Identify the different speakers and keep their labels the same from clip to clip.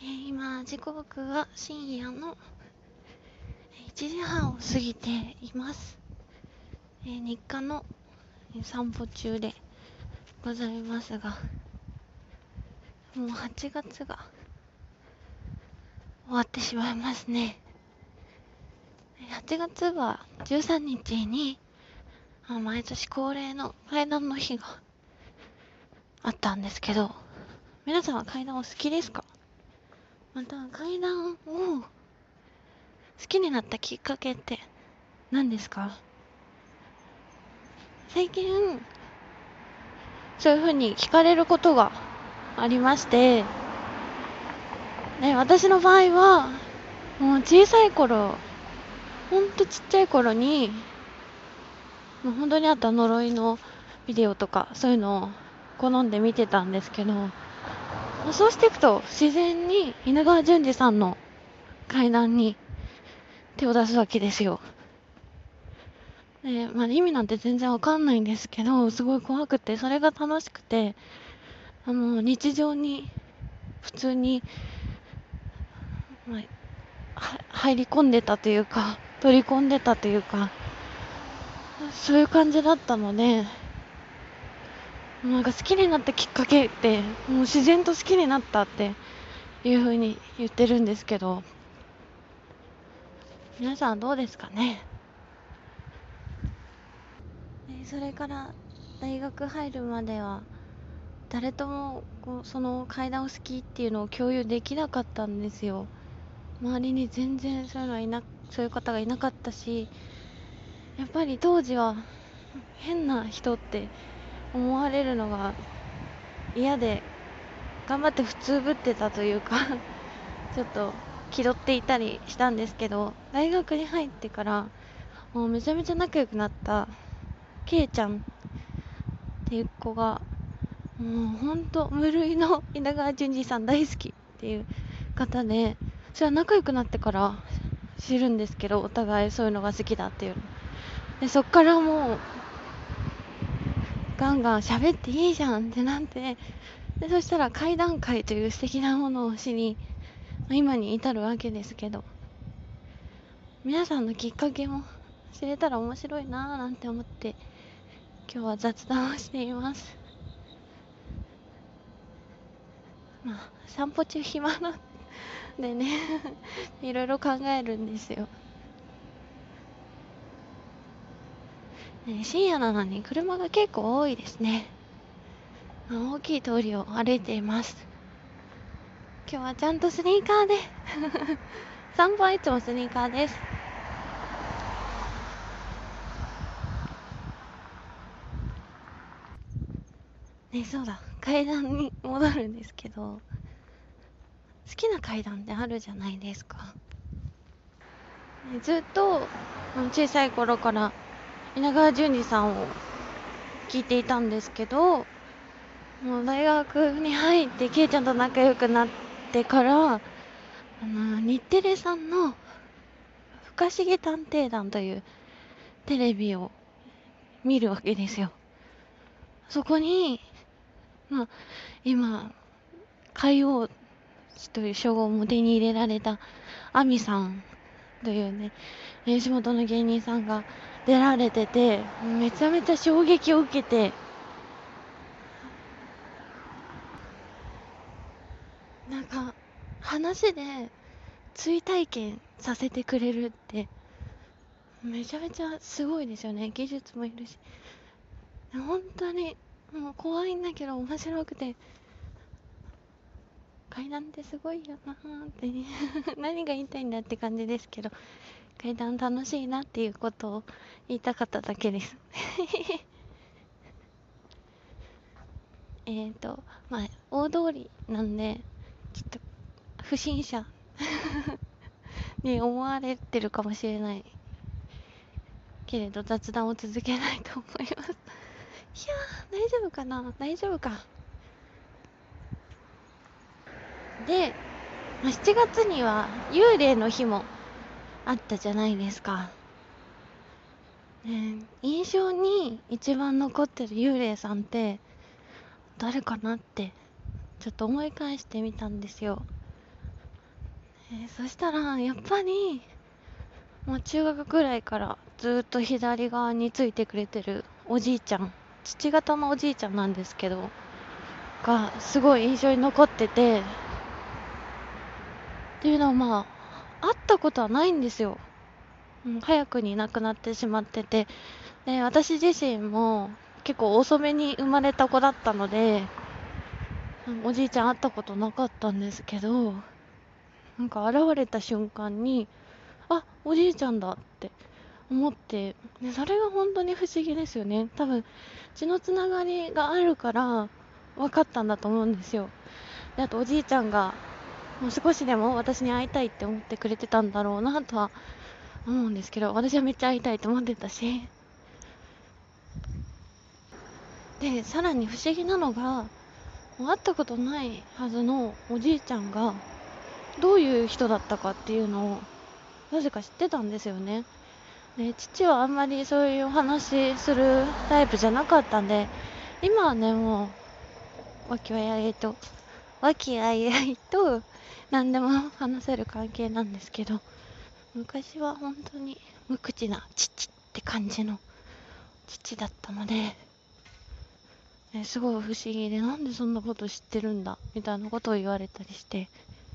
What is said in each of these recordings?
Speaker 1: 今時刻は深夜の1時半を過ぎています。日課の散歩中でございますが、もう8月が終わってしまいますね。8月は13日に毎年恒例の階段の日があったんですけど、皆さんは階段を好きですか？また階段を好きになったきっかけって何ですか？最近そういう風に聞かれることがありまして、私の場合はもう小さい頃、ほんとちっちゃい頃にもう本当にあった呪いのビデオとかそういうのを好んで見てたんですけど、そうしていくと自然に稲川淳二さんの階段に手を出すわけですよ。意味なんて全然わかんないんですけど、すごい怖くて、それが楽しくて、日常に普通に、入り込んでたというか、取り込んでたというか、そういう感じだったので、なんか好きになったきっかけって、もう自然と好きになったっていう風に言ってるんですけど、皆さんどうですかね。それから大学入るまでは、誰ともその階段を好きっていうのを共有できなかったんですよ。周りに全然そういう方がいなかったし、やっぱり当時は変な人って思われるのが嫌で、頑張って普通ぶってたというかちょっと気取っていたりしたんですけど、大学に入ってからもうめちゃめちゃ仲良くなったケイちゃんっていう子が、もうほんと無類の稲川淳二さん大好きっていう方で、それは仲良くなってから知るんですけど、お互いそういうのが好きだっていうので、そっからもうガンガン喋っていいじゃんってなって、でそしたら階段階という素敵なものを知り、今に至るわけですけど、皆さんのきっかけも知れたら面白いなぁなんて思って今日は雑談をしています。散歩中暇なんでねいろいろ考えるんですよ。深夜なのに車が結構多いですね。大きい通りを歩いています。今日はちゃんとスニーカーで散歩はいつもスニーカーです。そうだ、階段に戻るんですけど、好きな階段ってあるじゃないですか。ずっと小さい頃から稲川淳二さんを聞いていたんですけど、もう大学に入ってケイちゃんと仲良くなってから、日テレさんの不可思議探偵団というテレビを見るわけですよ。そこに、まあ、今海王という称号も手に入れられた亜美さんというね、地元の芸人さんが出られてて、めちゃめちゃ衝撃を受けて、なんか話で追体験させてくれるってめちゃめちゃすごいですよね。技術もいるし、本当にもう怖いんだけど面白くて、階段ってすごいよなーって何が言いたいんだって感じですけど、階段楽しいなっていうことを言いたかっただけです大通りなんで、ちょっと不審者に思われてるかもしれないけれど、雑談を続けないと思います。いやー、大丈夫かな、大丈夫か。で、7月には幽霊の日もあったじゃないですか。印象に一番残ってる幽霊さんって誰かなってちょっと思い返してみたんですよ。 そしたらやっぱりもう中学くらいからずっと左側についてくれてるおじいちゃん、父方のおじいちゃんなんですけど、がすごい印象に残ってて、っていうのは会ったことはないんですよ。早くに亡くなってしまってて、で、私自身も結構遅めに生まれた子だったので、おじいちゃん会ったことなかったんですけど、なんか現れた瞬間に、あ、おじいちゃんだって思って、でそれが本当に不思議ですよね。多分、血のつながりがあるから分かったんだと思うんですよ。で、あとおじいちゃんが、もう少しでも私に会いたいって思ってくれてたんだろうなとは思うんですけど、私はめっちゃ会いたいと思ってたし、で、さらに不思議なのが、会ったことないはずのおじいちゃんが、どういう人だったかっていうのを、なぜか知ってたんですよね。で、父はあんまりそういうお話するタイプじゃなかったんで、今はね、もう、和気あいあいと、何でも話せる関係なんですけど、昔は本当に無口な父って感じの父だったので、すごい不思議で、なんでそんなこと知ってるんだみたいなことを言われたりして、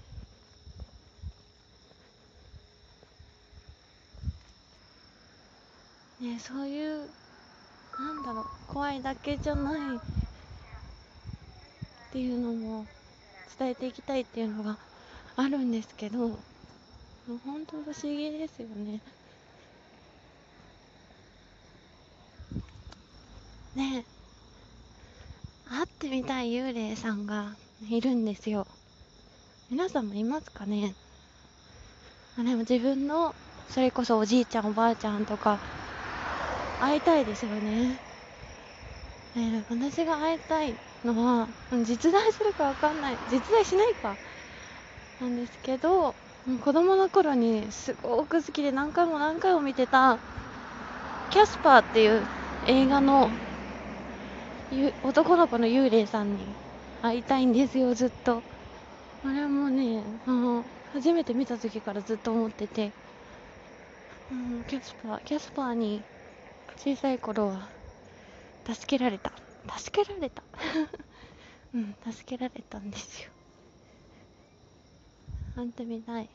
Speaker 1: そういう怖いだけじゃないっていうのも伝えていきたいっていうのがあるんですけど、もう本当不思議ですよね。ね会ってみたい幽霊さんがいるんですよ。皆さんもいますかね。でも自分のそれこそおじいちゃんおばあちゃんとか会いたいですよね。私が会いたいのは実在するかわかんない、実在しないかなんですけど、子供の頃にすごく好きで何回も何回も見てたキャスパーっていう映画の男の子の幽霊さんに会いたいんですよ、ずっと。あれもね、初めて見た時からずっと思ってて、キャスパーに小さい頃は助けられた。助けられた。助けられたんですよ。会ってみたい。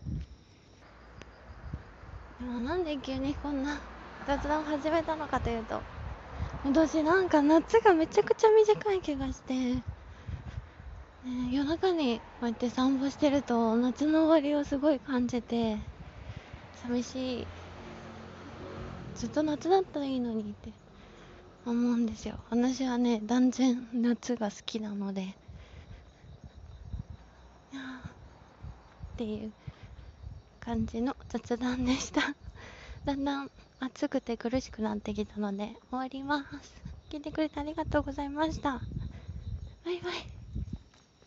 Speaker 1: でもなんで急にこんな雑談を始めたのかというと、私なんか夏がめちゃくちゃ短い気がして、夜中にこうやって散歩してると夏の終わりをすごい感じて、寂しい。ずっと夏だったらいいのにって思うんですよ。私はね、断然夏が好きなので、っていう感じの雑談でした。だんだん暑くて苦しくなってきたので終わります。聞いてくれてありがとうございました。バイバイ。